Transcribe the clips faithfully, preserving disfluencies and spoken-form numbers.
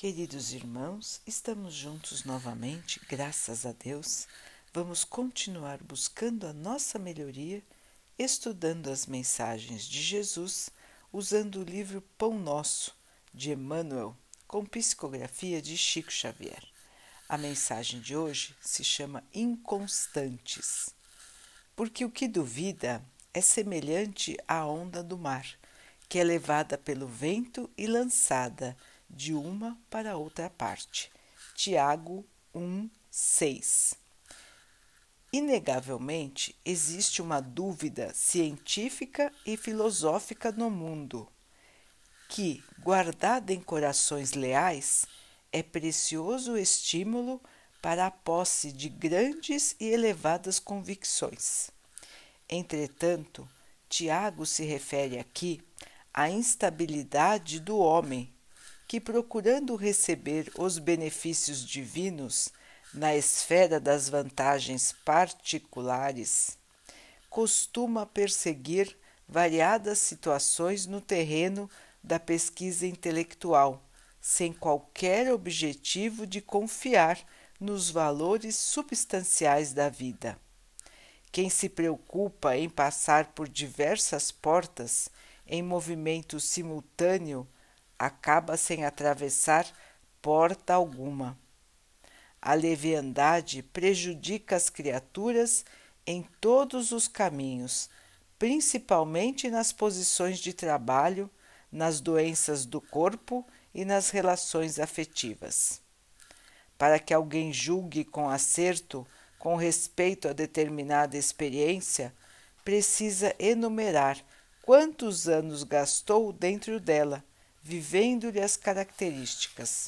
Queridos irmãos, estamos juntos novamente, graças a Deus. Vamos continuar buscando a nossa melhoria, estudando as mensagens de Jesus, usando o livro Pão Nosso, de Emmanuel, com psicografia de Chico Xavier. A mensagem de hoje se chama Inconstantes, porque o que duvida é semelhante à onda do mar, que é levada pelo vento e lançada de uma para outra parte. Tiago um, seis. Inegavelmente, existe uma dúvida científica e filosófica no mundo, que, guardada em corações leais, é precioso estímulo para a posse de grandes e elevadas convicções. Entretanto, Tiago se refere aqui à instabilidade do homem, que, procurando receber os benefícios divinos na esfera das vantagens particulares, costuma perseguir variadas situações no terreno da pesquisa intelectual, sem qualquer objetivo de confiar nos valores substanciais da vida. Quem se preocupa em passar por diversas portas em movimento simultâneo acaba sem atravessar porta alguma. A leviandade prejudica as criaturas em todos os caminhos, principalmente nas posições de trabalho, nas doenças do corpo e nas relações afetivas. Para que alguém julgue com acerto com respeito a determinada experiência, precisa enumerar quantos anos gastou dentro dela, vivendo-lhe as características.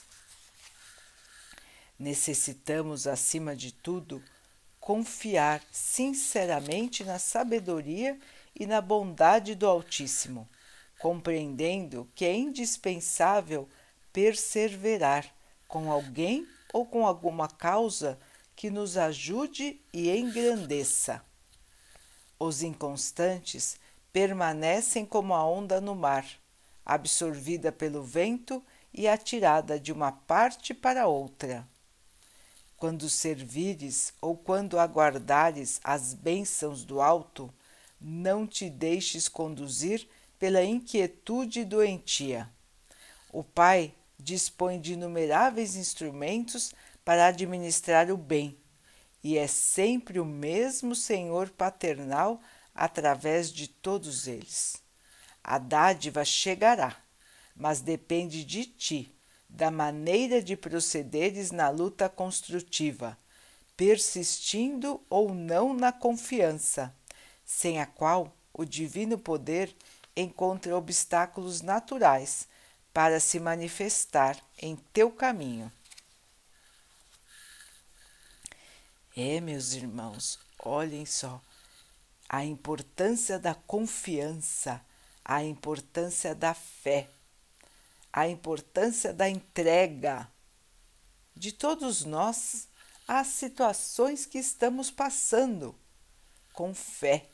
Necessitamos, acima de tudo, confiar sinceramente na sabedoria e na bondade do Altíssimo, compreendendo que é indispensável perseverar com alguém ou com alguma causa que nos ajude e engrandeça. Os inconstantes permanecem como a onda no mar, absorvida pelo vento e atirada de uma parte para outra. Quando servires ou quando aguardares as bênçãos do alto, não te deixes conduzir pela inquietude doentia. O Pai dispõe de inumeráveis instrumentos para administrar o bem, e é sempre o mesmo Senhor paternal através de todos eles. A dádiva chegará, mas depende de ti, da maneira de procederes na luta construtiva, persistindo ou não na confiança, sem a qual o divino poder encontra obstáculos naturais para se manifestar em teu caminho. É, meus irmãos, olhem só a importância da confiança, a importância da fé, a importância da entrega de todos nós às situações que estamos passando com fé.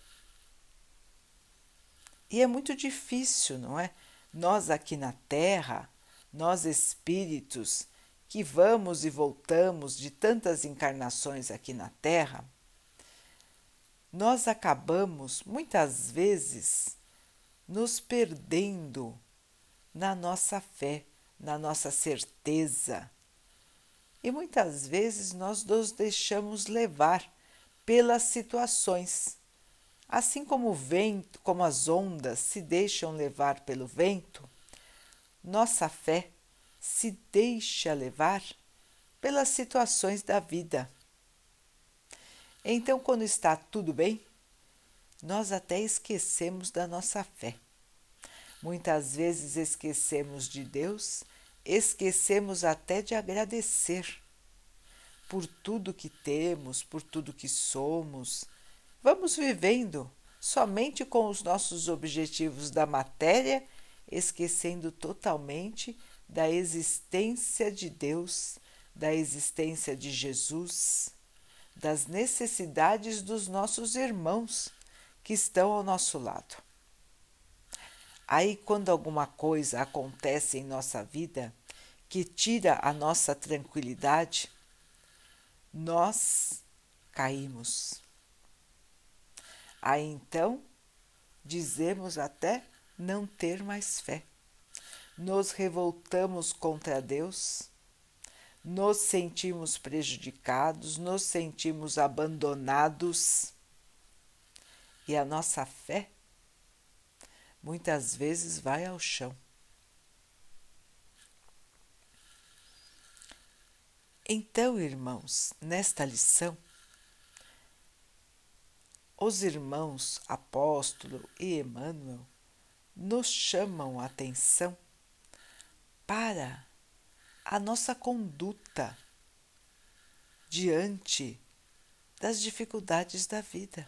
E é muito difícil, não é? Nós aqui na Terra, nós espíritos que vamos e voltamos de tantas encarnações aqui na Terra, nós acabamos muitas vezes nos perdendo na nossa fé, na nossa certeza. E muitas vezes nós nos deixamos levar pelas situações. Assim como o vento, como as ondas se deixam levar pelo vento, nossa fé se deixa levar pelas situações da vida. Então, quando está tudo bem, nós até esquecemos da nossa fé. Muitas vezes esquecemos de Deus, esquecemos até de agradecer por tudo que temos, por tudo que somos. Vamos vivendo somente com os nossos objetivos da matéria, esquecendo totalmente da existência de Deus, da existência de Jesus, das necessidades dos nossos irmãos que estão ao nosso lado. Aí, quando alguma coisa acontece em nossa vida que tira a nossa tranquilidade, nós caímos. Aí então dizemos até não ter mais fé. Nos revoltamos contra Deus, nos sentimos prejudicados, nos sentimos abandonados e a nossa fé muitas vezes vai ao chão. Então, irmãos, nesta lição, os irmãos Apóstolo e Emmanuel nos chamam a atenção para a nossa conduta diante das dificuldades da vida.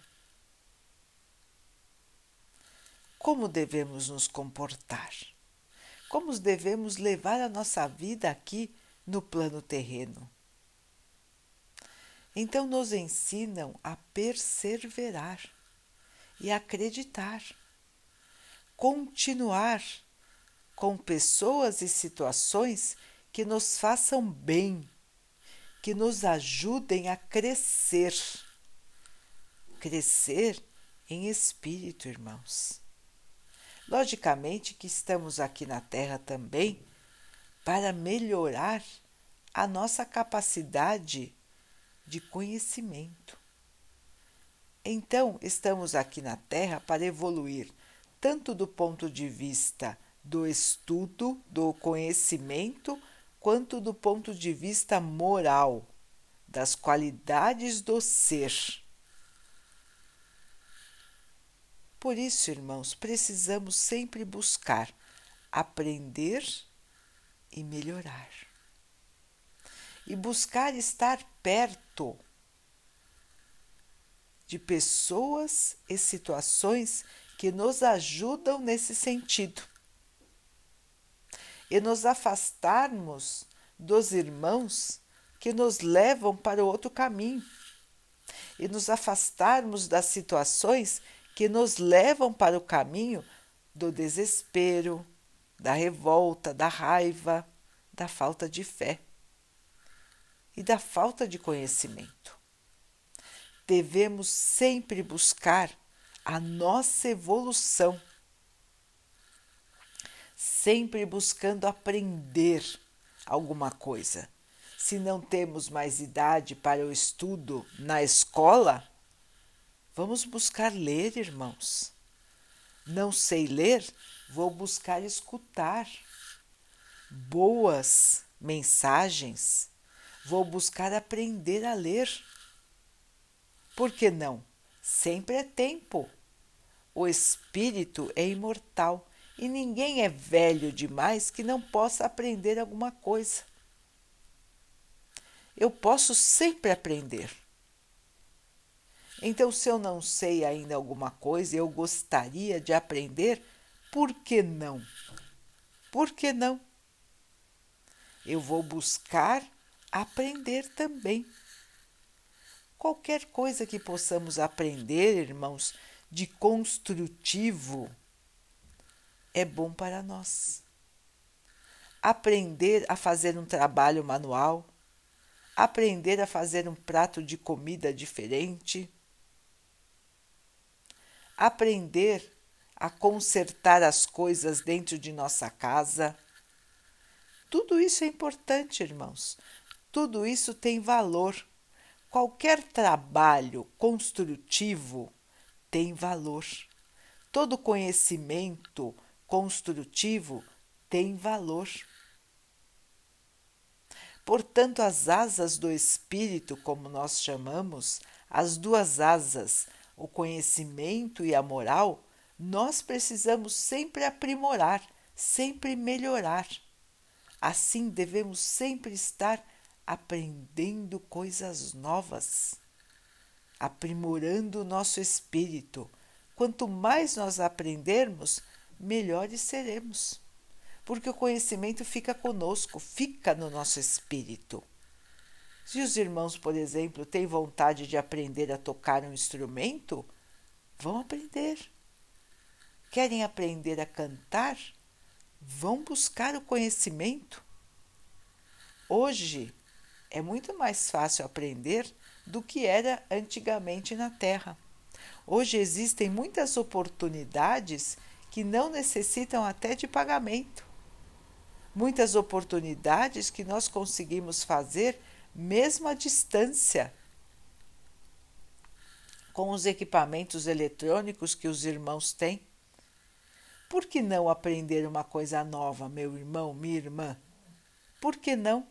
Como devemos nos comportar? Como devemos levar a nossa vida aqui no plano terreno? Então nos ensinam a perseverar e acreditar, continuar com pessoas e situações que nos façam bem, que nos ajudem a crescer. Crescer em espírito, irmãos. Logicamente que estamos aqui na Terra também para melhorar a nossa capacidade de conhecimento. Então, estamos aqui na Terra para evoluir, tanto do ponto de vista do estudo, do conhecimento, quanto do ponto de vista moral, das qualidades do ser. Por isso, irmãos, precisamos sempre buscar aprender e melhorar. E buscar estar perto de pessoas e situações que nos ajudam nesse sentido. E nos afastarmos dos irmãos que nos levam para o outro caminho. E nos afastarmos das situações que nos levam para o caminho do desespero, da revolta, da raiva, da falta de fé e da falta de conhecimento. Devemos sempre buscar a nossa evolução, sempre buscando aprender alguma coisa. Se não temos mais idade para o estudo na escola, vamos buscar ler, irmãos. Não sei ler, vou buscar escutar boas mensagens, vou buscar aprender a ler. Por que não? Sempre é tempo. O espírito é imortal e ninguém é velho demais que não possa aprender alguma coisa. Eu posso sempre aprender. Então, se eu não sei ainda alguma coisa e eu gostaria de aprender, por que não? Por que não? Eu vou buscar aprender também. Qualquer coisa que possamos aprender, irmãos, de construtivo, é bom para nós. Aprender a fazer um trabalho manual, aprender a fazer um prato de comida diferente, aprender a consertar as coisas dentro de nossa casa. Tudo isso é importante, irmãos. Tudo isso tem valor. Qualquer trabalho construtivo tem valor. Todo conhecimento construtivo tem valor. Portanto, as asas do espírito, como nós chamamos, as duas asas, o conhecimento e a moral, nós precisamos sempre aprimorar, sempre melhorar. Assim, devemos sempre estar aprendendo coisas novas, aprimorando o nosso espírito. Quanto mais nós aprendermos, melhores seremos, porque o conhecimento fica conosco, fica no nosso espírito. Se os irmãos, por exemplo, têm vontade de aprender a tocar um instrumento, vão aprender. Querem aprender a cantar? Vão buscar o conhecimento. Hoje é muito mais fácil aprender do que era antigamente na Terra. Hoje existem muitas oportunidades que não necessitam até de pagamento. Muitas oportunidades que nós conseguimos fazer mesmo à distância, com os equipamentos eletrônicos que os irmãos têm. Por que não aprender uma coisa nova, meu irmão, minha irmã? Por que não?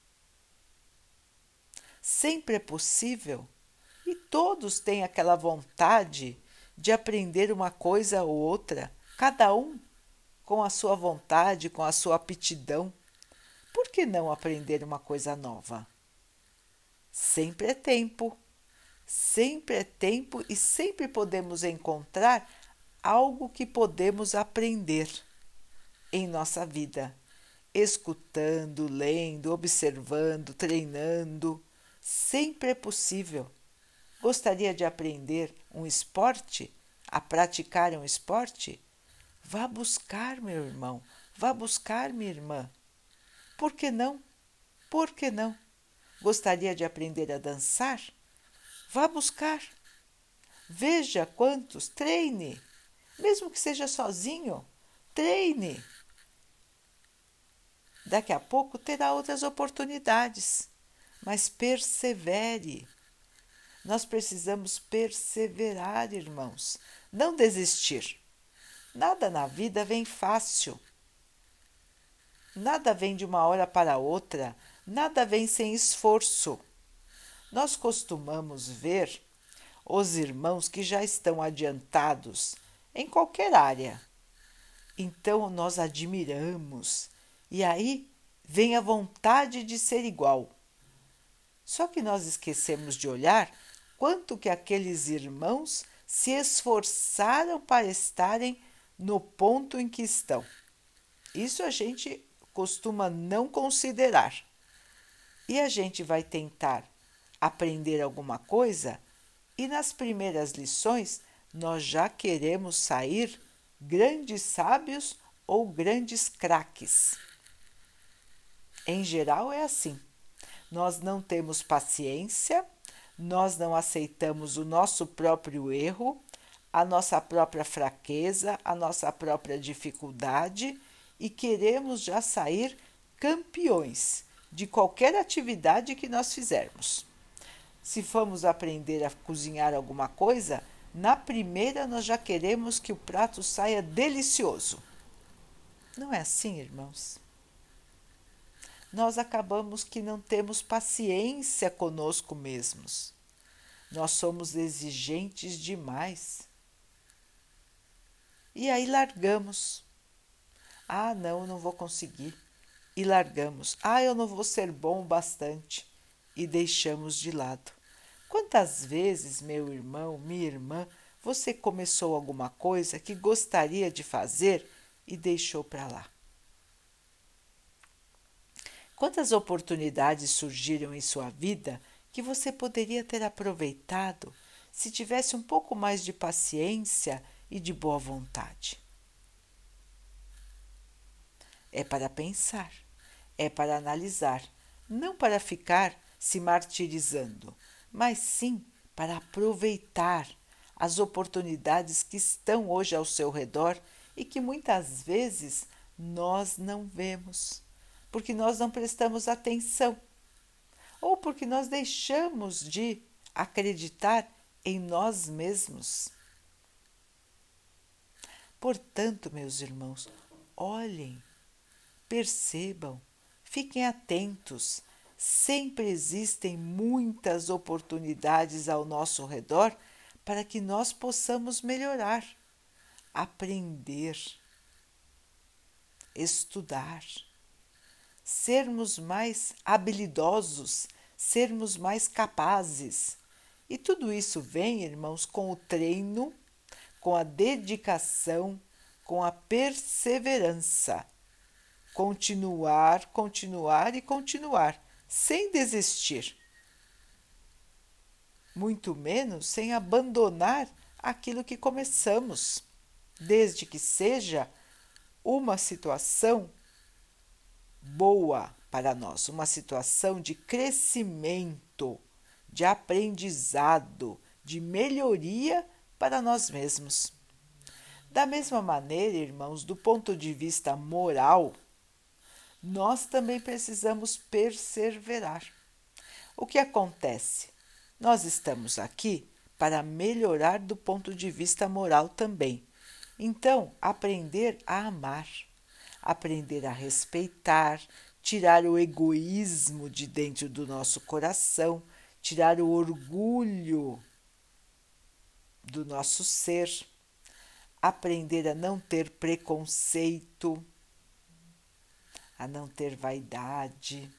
Sempre é possível e todos têm aquela vontade de aprender uma coisa ou outra, cada um com a sua vontade, com a sua aptidão. Por que não aprender uma coisa nova? Sempre é tempo, sempre é tempo e sempre podemos encontrar algo que podemos aprender em nossa vida, escutando, lendo, observando, treinando. Sempre é possível. Gostaria de aprender um esporte? A praticar um esporte? Vá buscar, meu irmão, vá buscar, minha irmã. Por que não? Por que não? Gostaria de aprender a dançar? Vá buscar. Veja quantos, treine. Mesmo que seja sozinho, treine. Daqui a pouco terá outras oportunidades, mas persevere. Nós precisamos perseverar, irmãos, não desistir. Nada na vida vem fácil. Nada vem de uma hora para outra, nada vem sem esforço. Nós costumamos ver os irmãos que já estão adiantados em qualquer área. Então nós admiramos e aí vem a vontade de ser igual. Só que nós esquecemos de olhar quanto que aqueles irmãos se esforçaram para estarem no ponto em que estão. Isso a gente costuma não considerar. E a gente vai tentar aprender alguma coisa e nas primeiras lições nós já queremos sair grandes sábios ou grandes craques. Em geral é assim. Nós não temos paciência, nós não aceitamos o nosso próprio erro, a nossa própria fraqueza, a nossa própria dificuldade e queremos já sair campeões de qualquer atividade que nós fizermos. Se formos aprender a cozinhar alguma coisa, na primeira nós já queremos que o prato saia delicioso. Não é assim, irmãos? Nós acabamos que não temos paciência conosco mesmos. Nós somos exigentes demais. E aí largamos. Ah, não, eu não vou conseguir. E largamos. Ah, eu não vou ser bom o bastante. E deixamos de lado. Quantas vezes, meu irmão, minha irmã, você começou alguma coisa que gostaria de fazer e deixou para lá? Quantas oportunidades surgiram em sua vida que você poderia ter aproveitado se tivesse um pouco mais de paciência e de boa vontade? É para pensar, é para analisar, não para ficar se martirizando, mas sim para aproveitar as oportunidades que estão hoje ao seu redor e que muitas vezes nós não vemos, porque nós não prestamos atenção ou porque nós deixamos de acreditar em nós mesmos. Portanto, meus irmãos, olhem, percebam, fiquem atentos. Sempre existem muitas oportunidades ao nosso redor para que nós possamos melhorar, aprender, estudar, sermos mais habilidosos, sermos mais capazes. E tudo isso vem, irmãos, com o treino, com a dedicação, com a perseverança. Continuar, continuar e continuar, sem desistir. Muito menos sem abandonar aquilo que começamos, desde que seja uma situação boa, para nós, uma situação de crescimento, de aprendizado, de melhoria para nós mesmos. Da mesma maneira, irmãos, do ponto de vista moral, nós também precisamos perseverar. O que acontece? Nós estamos aqui para melhorar do ponto de vista moral também. Então, aprender a amar, aprender a respeitar, tirar o egoísmo de dentro do nosso coração, tirar o orgulho do nosso ser, aprender a não ter preconceito, a não ter vaidade.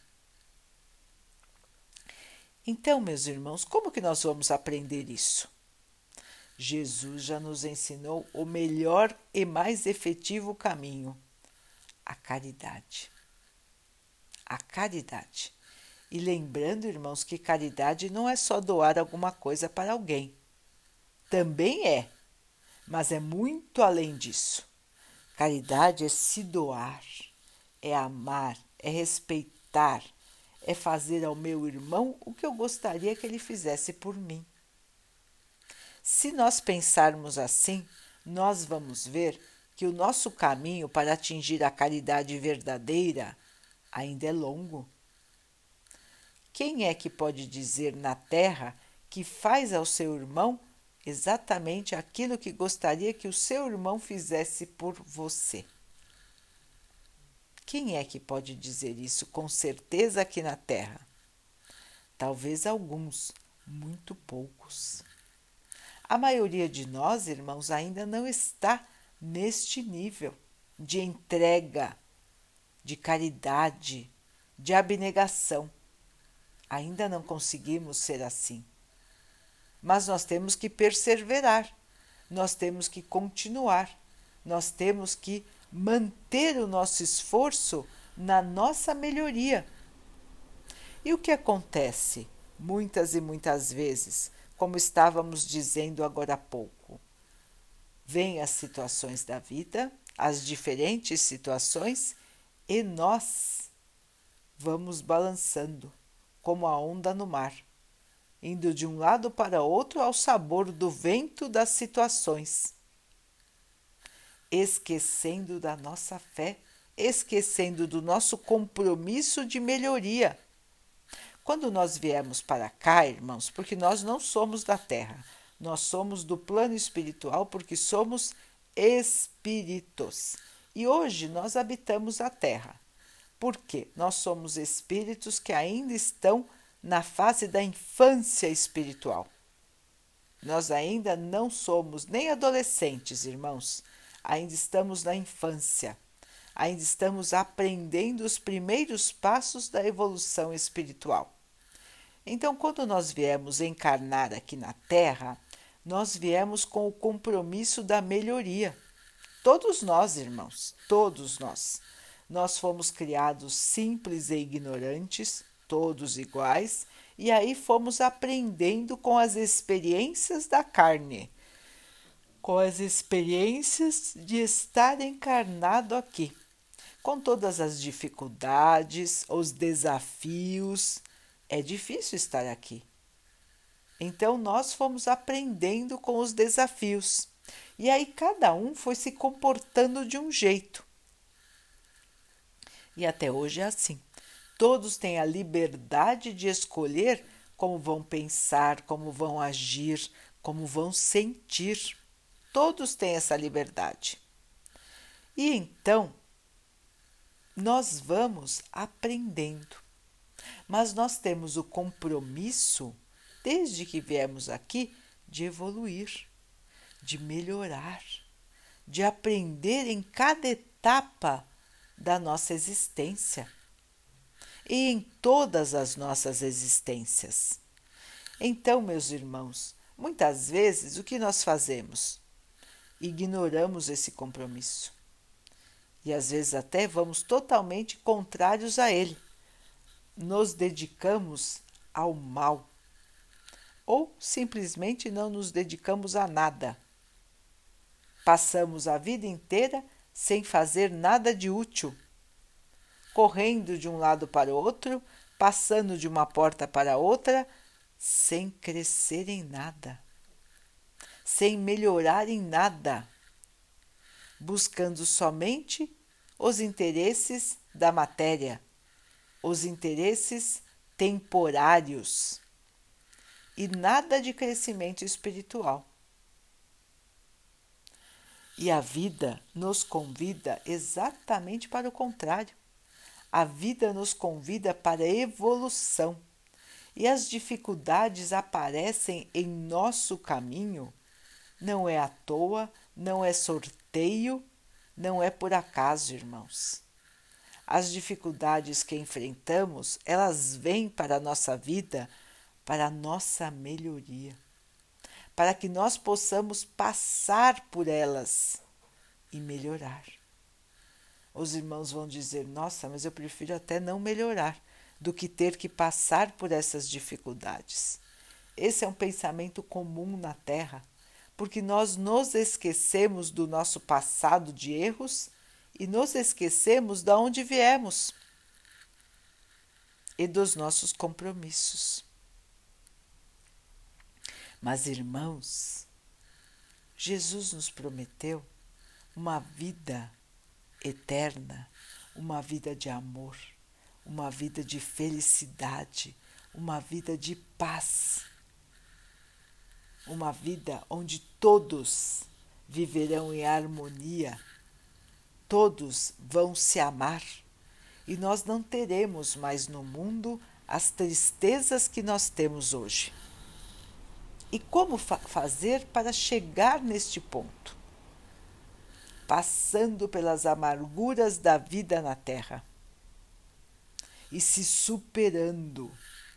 Então, meus irmãos, como que nós vamos aprender isso? Jesus já nos ensinou o melhor e mais efetivo caminho, a caridade. A caridade. E lembrando, irmãos, que caridade não é só doar alguma coisa para alguém. Também é, mas é muito além disso. Caridade é se doar, é amar, é respeitar, é fazer ao meu irmão o que eu gostaria que ele fizesse por mim. Se nós pensarmos assim, nós vamos ver que o nosso caminho para atingir a caridade verdadeira ainda é longo. Quem é que pode dizer na terra que faz ao seu irmão exatamente aquilo que gostaria que o seu irmão fizesse por você? Quem é que pode dizer isso com certeza aqui na terra? Talvez alguns, muito poucos. A maioria de nós, irmãos, ainda não está neste nível de entrega, de caridade, de abnegação. Ainda não conseguimos ser assim. Mas nós temos que perseverar, nós temos que continuar, nós temos que manter o nosso esforço na nossa melhoria. E o que acontece muitas e muitas vezes, como estávamos dizendo agora há pouco? Vêm as situações da vida, as diferentes situações, e nós vamos balançando como a onda no mar, indo de um lado para outro ao sabor do vento das situações, esquecendo da nossa fé, esquecendo do nosso compromisso de melhoria. Quando nós viemos para cá, irmãos, porque nós não somos da terra, nós somos do plano espiritual porque somos espíritos. E hoje nós habitamos a terra. Por quê? Nós somos espíritos que ainda estão na fase da infância espiritual. Nós ainda não somos nem adolescentes, irmãos. Ainda estamos na infância. Ainda estamos aprendendo os primeiros passos da evolução espiritual. Então, quando nós viemos encarnar aqui na Terra, nós viemos com o compromisso da melhoria. Todos nós, irmãos, todos nós. Nós fomos criados simples e ignorantes, todos iguais, e aí fomos aprendendo com as experiências da carne, com as experiências de estar encarnado aqui, com todas as dificuldades, os desafios. É difícil estar aqui. Então, nós fomos aprendendo com os desafios. E aí, cada um foi se comportando de um jeito. E até hoje é assim. Todos têm a liberdade de escolher como vão pensar, como vão agir, como vão sentir. Todos têm essa liberdade. E então, nós vamos aprendendo. Mas nós temos o compromisso, desde que viemos aqui, de evoluir, de melhorar, de aprender em cada etapa da nossa existência e em todas as nossas existências. Então, meus irmãos, muitas vezes o que nós fazemos? Ignoramos esse compromisso e às vezes até vamos totalmente contrários a ele. Nos dedicamos ao mal ou simplesmente não nos dedicamos a nada. Passamos a vida inteira sem fazer nada de útil. correndo de um lado para o outro, passando de uma porta para outra, sem crescer em nada, sem melhorar em nada, buscando somente os interesses da matéria, os interesses temporários e nada de crescimento espiritual. E a vida nos convida exatamente para o contrário. A vida nos convida para a evolução. E as dificuldades aparecem em nosso caminho. Não é à toa, não é sorteio, não é por acaso, irmãos. As dificuldades que enfrentamos, elas vêm para a nossa vida, para a nossa melhoria, para que nós possamos passar por elas e melhorar. Os irmãos vão dizer: nossa, mas eu prefiro até não melhorar do que ter que passar por essas dificuldades. Esse é um pensamento comum na Terra, porque nós nos esquecemos do nosso passado de erros e nos esquecemos de onde viemos e dos nossos compromissos. Mas, irmãos, Jesus nos prometeu uma vida eterna, uma vida de amor, uma vida de felicidade, uma vida de paz, uma vida onde todos viverão em harmonia, todos vão se amar e nós não teremos mais no mundo as tristezas que nós temos hoje. E como fa- fazer para chegar neste ponto? Passando pelas amarguras da vida na Terra e se superando.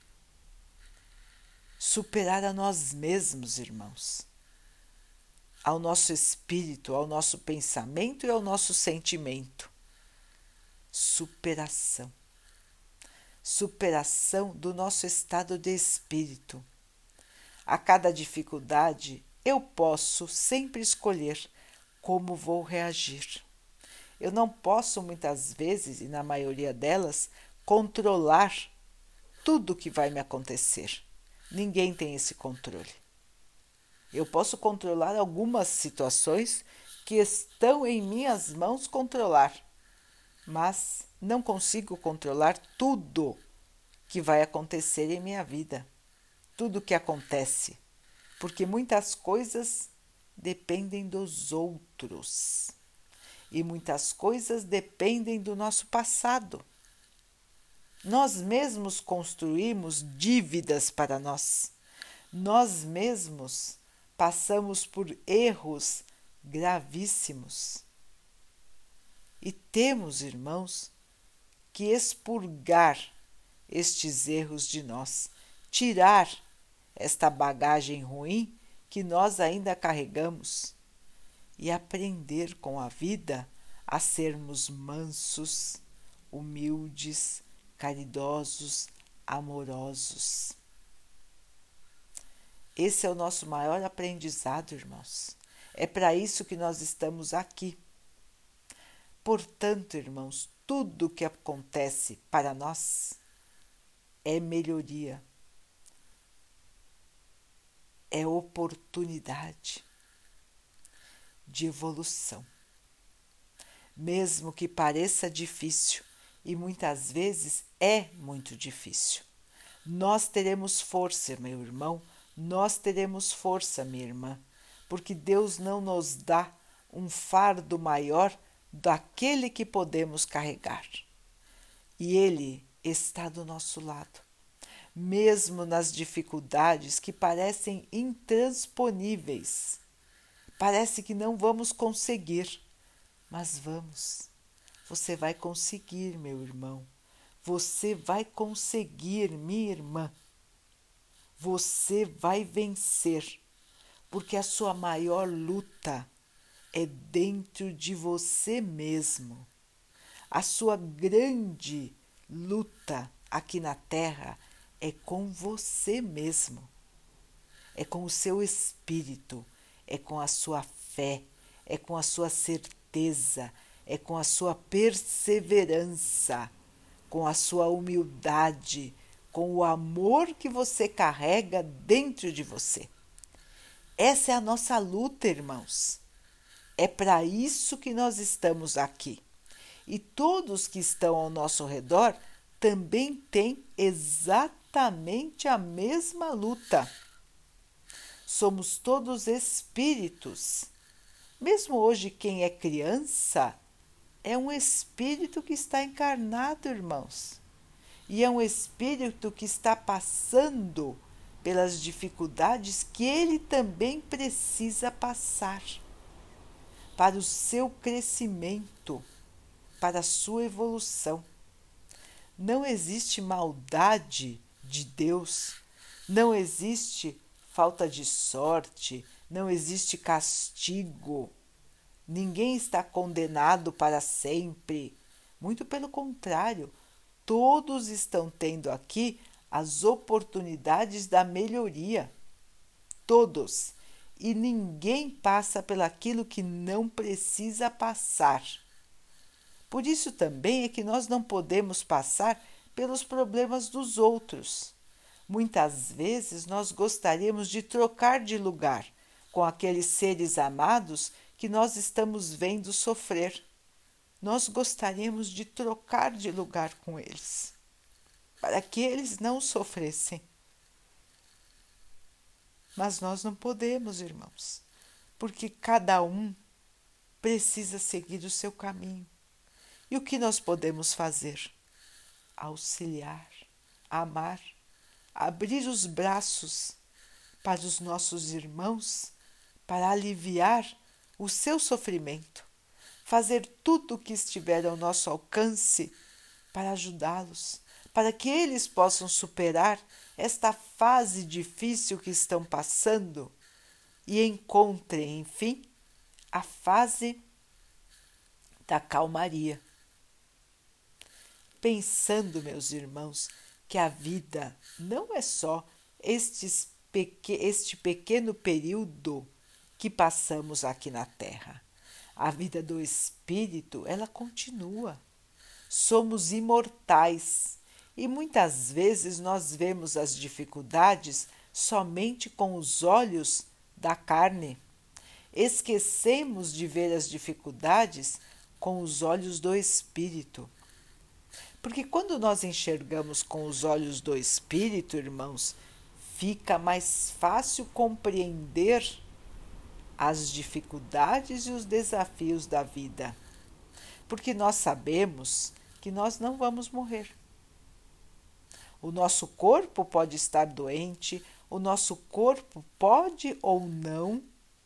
Superar a nós mesmos, irmãos, ao nosso espírito, ao nosso pensamento e ao nosso sentimento. Superação. Superação do nosso estado de espírito. A cada dificuldade, eu posso sempre escolher como vou reagir. Eu não posso, muitas vezes, e na maioria delas, controlar tudo que vai me acontecer. Ninguém tem esse controle. Eu posso controlar algumas situações que estão em minhas mãos controlar, mas não consigo controlar tudo que vai acontecer em minha vida, tudo que acontece, porque muitas coisas dependem dos outros e muitas coisas dependem do nosso passado. Nós mesmos construímos dívidas para nós, nós mesmos passamos por erros gravíssimos. E temos, irmãos, que expurgar estes erros de nós, tirar esta bagagem ruim que nós ainda carregamos e aprender com a vida a sermos mansos, humildes, caridosos, amorosos. Esse é o nosso maior aprendizado, irmãos. É para isso que nós estamos aqui. Portanto, irmãos, tudo o que acontece para nós é melhoria, é oportunidade de evolução. Mesmo que pareça difícil, e muitas vezes é muito difícil, nós teremos força, meu irmão, nós teremos força, minha irmã, porque Deus não nos dá um fardo maior daquele que podemos carregar. E Ele está do nosso lado, mesmo nas dificuldades que parecem intransponíveis. Parece que não vamos conseguir, mas vamos. Você vai conseguir, meu irmão. Você vai conseguir, minha irmã. Você vai vencer, porque a sua maior luta é dentro de você mesmo. A sua grande luta aqui na Terra é com você mesmo, é com o seu espírito, é com a sua fé, é com a sua certeza, é com a sua perseverança. com a sua humildade, com o amor que você carrega dentro de você. Essa é a nossa luta, irmãos. É para isso que nós estamos aqui. E todos que estão ao nosso redor também têm exatamente a mesma luta. Somos todos espíritos. Mesmo hoje, quem é criança é um espírito que está encarnado, irmãos. E é um espírito que está passando pelas dificuldades que ele também precisa passar para o seu crescimento, para a sua evolução. Não existe maldade de Deus, não existe falta de sorte, não existe castigo. Ninguém está condenado para sempre. Muito pelo contrário, todos estão tendo aqui as oportunidades da melhoria. Todos. E ninguém passa pelaquilo que não precisa passar. Por isso também é que nós não podemos passar pelos problemas dos outros. Muitas vezes nós gostaríamos de trocar de lugar com aqueles seres amados que nós estamos vendo sofrer. Nós gostaríamos de trocar de lugar com eles, para que eles não sofressem. Mas nós não podemos, irmãos, porque cada um precisa seguir o seu caminho. E o que nós podemos fazer? Auxiliar, amar, abrir os braços para os nossos irmãos, para aliviar o seu sofrimento, fazer tudo o que estiver ao nosso alcance para ajudá-los, para que eles possam superar esta fase difícil que estão passando e encontrem, enfim, a fase da calmaria. Pensando, meus irmãos, que a vida não é só estes peque- este pequeno período que passamos aqui na Terra. A vida do espírito, ela continua. Somos imortais e muitas vezes nós vemos as dificuldades somente com os olhos da carne. Esquecemos de ver as dificuldades com os olhos do espírito. Porque quando nós enxergamos com os olhos do espírito, irmãos, fica mais fácil compreender as dificuldades e os desafios da vida. Porque nós sabemos que nós não vamos morrer. O nosso corpo pode estar doente, o nosso corpo pode ou não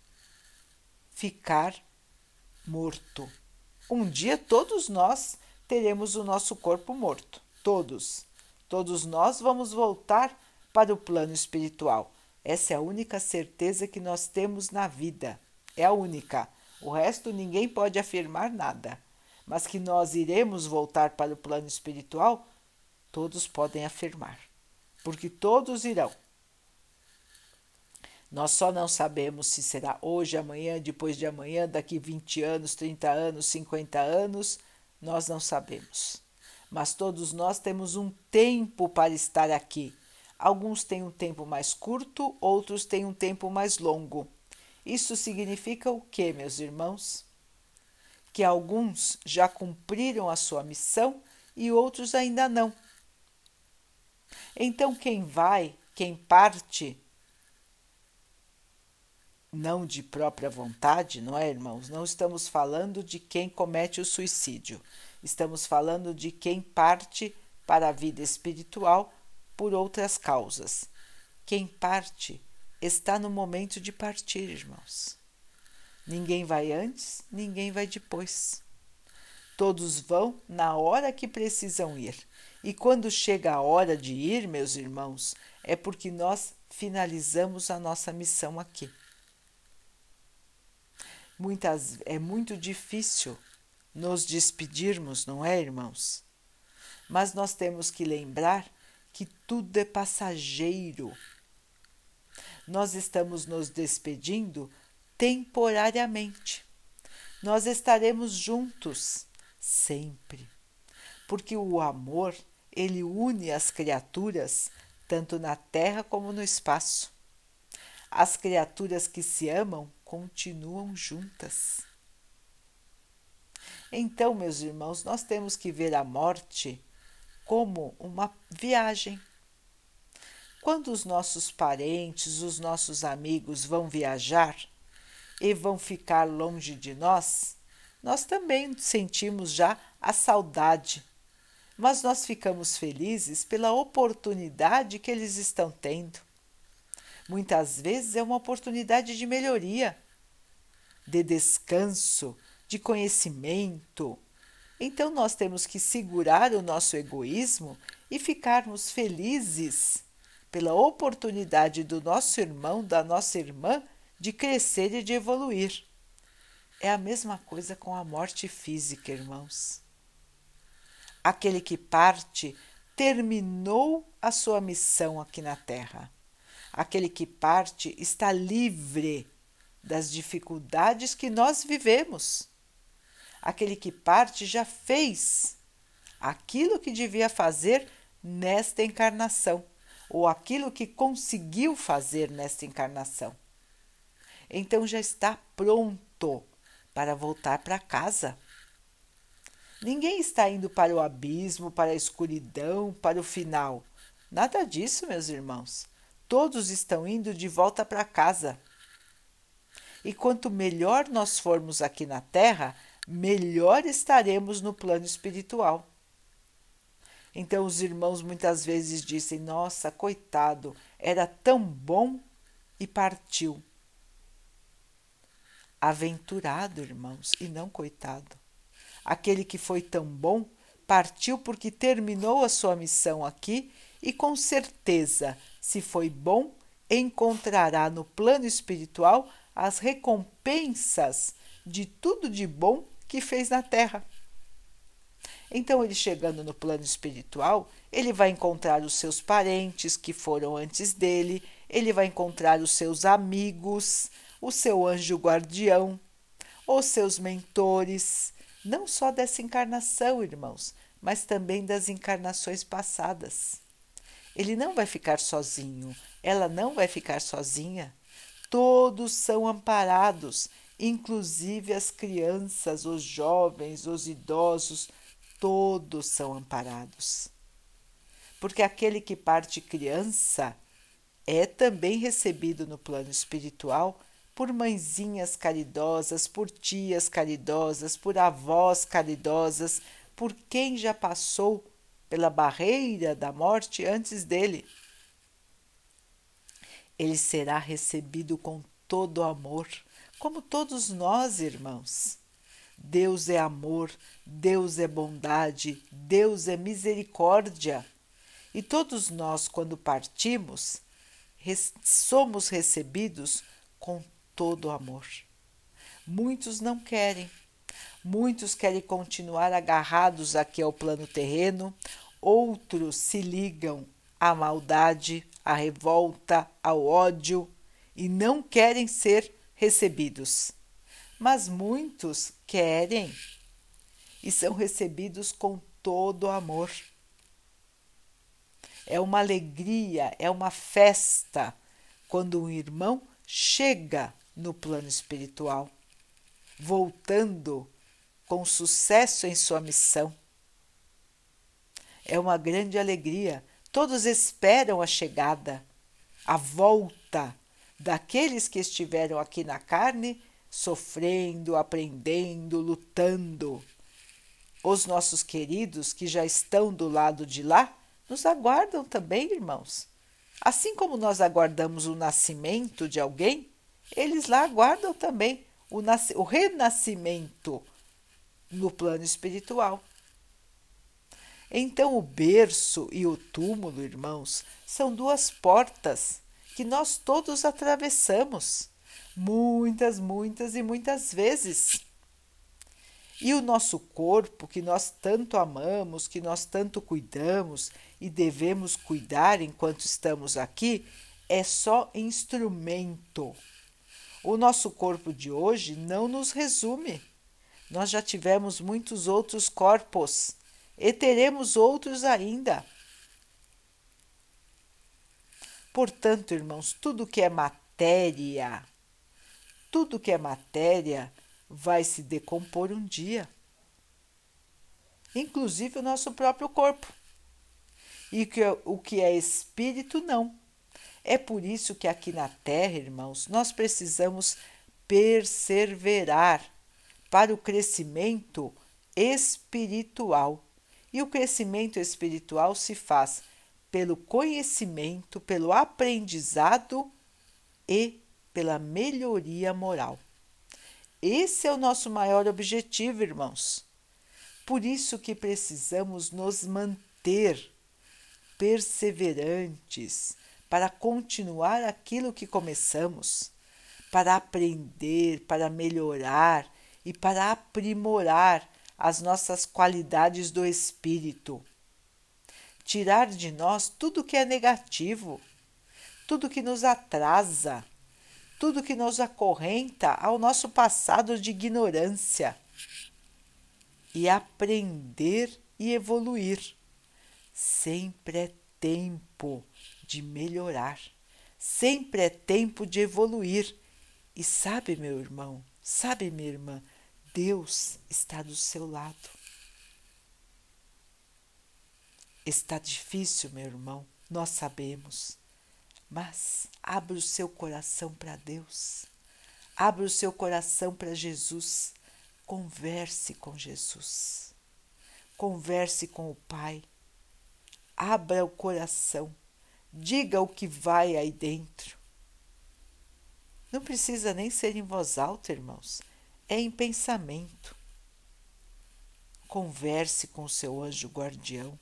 ficar morto. Um dia todos nós teremos o nosso corpo morto. Todos. Todos nós vamos voltar para o plano espiritual. Essa é a única certeza que nós temos na vida. É a única. O resto ninguém pode afirmar nada. Mas que nós iremos voltar para o plano espiritual, todos podem afirmar. Porque todos irão. Nós só não sabemos se será hoje, amanhã, depois de amanhã, daqui vinte anos, trinta anos, cinquenta anos. Nós não sabemos. Mas todos nós temos um tempo para estar aqui. Alguns têm um tempo mais curto, outros têm um tempo mais longo. Isso significa o quê, meus irmãos? Que alguns já cumpriram a sua missão e outros ainda não. Então, quem vai, quem parte, não de própria vontade, não é, irmãos? Não estamos falando de quem comete o suicídio. Estamos falando de quem parte para a vida espiritual por outras causas. Quem parte está no momento de partir, irmãos. Ninguém vai antes, ninguém vai depois. Todos vão na hora que precisam ir. E quando chega a hora de ir, meus irmãos, é porque nós finalizamos a nossa missão aqui. Muitas, é muito difícil nos despedirmos, não é, irmãos? Mas nós temos que lembrar que tudo é passageiro. Nós estamos nos despedindo temporariamente. Nós estaremos juntos sempre. porque o amor, ele une as criaturas, tanto na terra como no espaço. As criaturas que se amam continuam juntas. Então, meus irmãos, nós temos que ver a morte como uma viagem. Quando os nossos parentes, os nossos amigos vão viajar e vão ficar longe de nós, nós também sentimos já a saudade, mas nós ficamos felizes pela oportunidade que eles estão tendo. Muitas vezes é uma oportunidade de melhoria, de descanso, de conhecimento. Então nós temos que segurar o nosso egoísmo e ficarmos felizes pela oportunidade do nosso irmão, da nossa irmã, de crescer e de evoluir. É a mesma coisa com a morte física, irmãos. Aquele que parte terminou a sua missão aqui na Terra. Aquele que parte está livre das dificuldades que nós vivemos. Aquele que parte já fez aquilo que devia fazer nesta encarnação, ou aquilo que conseguiu fazer nesta encarnação. Então já está pronto para voltar para casa. Ninguém está indo para o abismo, para a escuridão, para o final. Nada disso, meus irmãos. Todos estão indo de volta para casa. E quanto melhor nós formos aqui na Terra, melhor estaremos no plano espiritual. Então os irmãos muitas vezes dizem: nossa, coitado, era tão bom e partiu. Aventurado, irmãos, e não coitado. Aquele que foi tão bom partiu porque terminou a sua missão aqui e com certeza, se foi bom, encontrará no plano espiritual as recompensas de tudo de bom que fez na Terra. Então, ele chegando no plano espiritual, ele vai encontrar os seus parentes que foram antes dele, ele vai encontrar os seus amigos, o seu anjo guardião, os seus mentores, não só dessa encarnação, irmãos, mas também das encarnações passadas. Ele não vai ficar sozinho, ela não vai ficar sozinha. Todos são amparados, inclusive as crianças, os jovens, os idosos, todos são amparados. Porque aquele que parte criança é também recebido no plano espiritual por mãezinhas caridosas, por tias caridosas, por avós caridosas, por quem já passou pela barreira da morte antes dele. Ele será recebido com todo amor, como todos nós, irmãos. Deus é amor, Deus é bondade, Deus é misericórdia. E todos nós, quando partimos, somos recebidos com todo amor. Muitos não querem, muitos querem continuar agarrados aqui ao plano terreno, outros se ligam à maldade, à revolta, ao ódio e não querem ser recebidos. Mas muitos querem e são recebidos com todo amor. É uma alegria, é uma festa quando um irmão chega no plano espiritual, voltando com sucesso em sua missão. É uma grande alegria. Todos esperam a chegada, a volta daqueles que estiveram aqui na carne, sofrendo, aprendendo, lutando. Os nossos queridos que já estão do lado de lá nos aguardam também, irmãos. Assim como nós aguardamos o nascimento de alguém, eles lá aguardam também o, nas... o renascimento no plano espiritual. Então, o berço e o túmulo, irmãos, são duas portas que nós todos atravessamos, muitas, muitas e muitas vezes. E o nosso corpo, que nós tanto amamos, que nós tanto cuidamos e devemos cuidar enquanto estamos aqui, é só instrumento. O nosso corpo de hoje não nos resume. Nós já tivemos muitos outros corpos e teremos outros ainda. Portanto, irmãos, tudo que é matéria, tudo que é matéria vai se decompor um dia, inclusive o nosso próprio corpo. E que o que é espírito, não. É por isso que aqui na Terra, irmãos, nós precisamos perseverar para o crescimento espiritual. E o crescimento espiritual se faz pelo conhecimento, pelo aprendizado e pela melhoria moral. Esse é o nosso maior objetivo, irmãos. Por isso que precisamos nos manter perseverantes para continuar aquilo que começamos, para aprender, para melhorar e para aprimorar as nossas qualidades do espírito. Tirar de nós tudo que é negativo, tudo que nos atrasa, tudo que nos acorrenta ao nosso passado de ignorância e aprender e evoluir. Sempre é tempo de melhorar, sempre é tempo de evoluir. E sabe, meu irmão, sabe, minha irmã, Deus está do seu lado. Está difícil, meu irmão, nós sabemos, mas abra o seu coração para Deus, abra o seu coração para Jesus, converse com Jesus, converse com o Pai. Abra o coração, diga o que vai aí dentro. Não precisa nem ser em voz alta, irmãos, é em pensamento. Converse com o seu anjo guardião.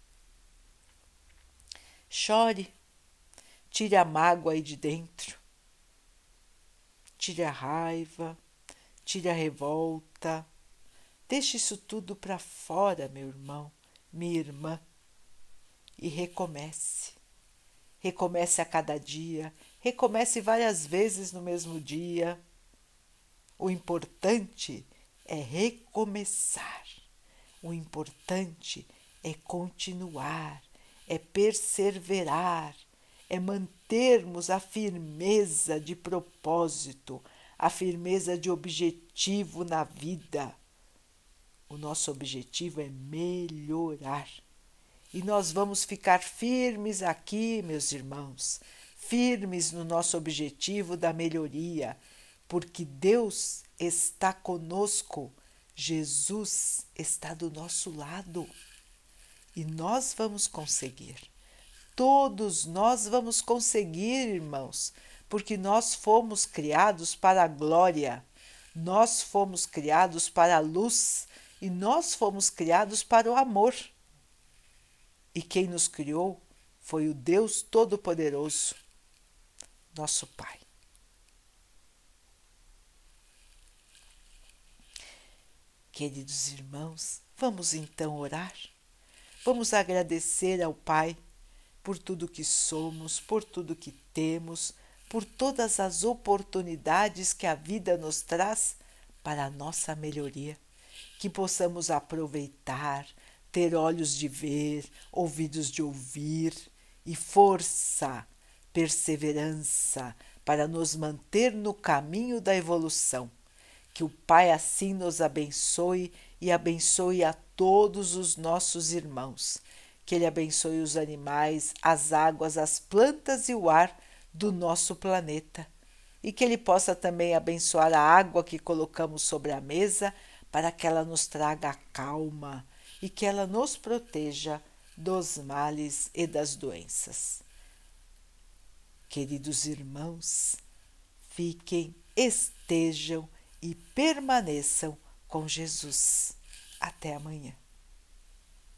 Chore, tire a mágoa aí de dentro, tire a raiva, tire a revolta. Deixe isso tudo para fora, meu irmão, minha irmã. E recomece. Recomece a cada dia, recomece várias vezes no mesmo dia. O importante é recomeçar. O importante é continuar, é perseverar, é mantermos a firmeza de propósito, a firmeza de objetivo na vida. O nosso objetivo é melhorar. E nós vamos ficar firmes aqui, meus irmãos, firmes no nosso objetivo da melhoria, porque Deus está conosco, Jesus está do nosso lado e nós vamos conseguir. Todos nós vamos conseguir, irmãos, porque nós fomos criados para a glória, nós fomos criados para a luz e nós fomos criados para o amor. E quem nos criou foi o Deus Todo-Poderoso, nosso Pai. Queridos irmãos, vamos então orar? Vamos agradecer ao Pai por tudo que somos, por tudo que temos, por todas as oportunidades que a vida nos traz para a nossa melhoria, que possamos aproveitar, ter olhos de ver, ouvidos de ouvir e força, perseverança para nos manter no caminho da evolução. Que o Pai assim nos abençoe e abençoe a todos os nossos irmãos. Que Ele abençoe os animais, as águas, as plantas e o ar do nosso planeta. E que Ele possa também abençoar a água que colocamos sobre a mesa para que ela nos traga a calma e que ela nos proteja dos males e das doenças. Queridos irmãos, fiquem, estejam e permaneçam com Jesus. Até amanhã.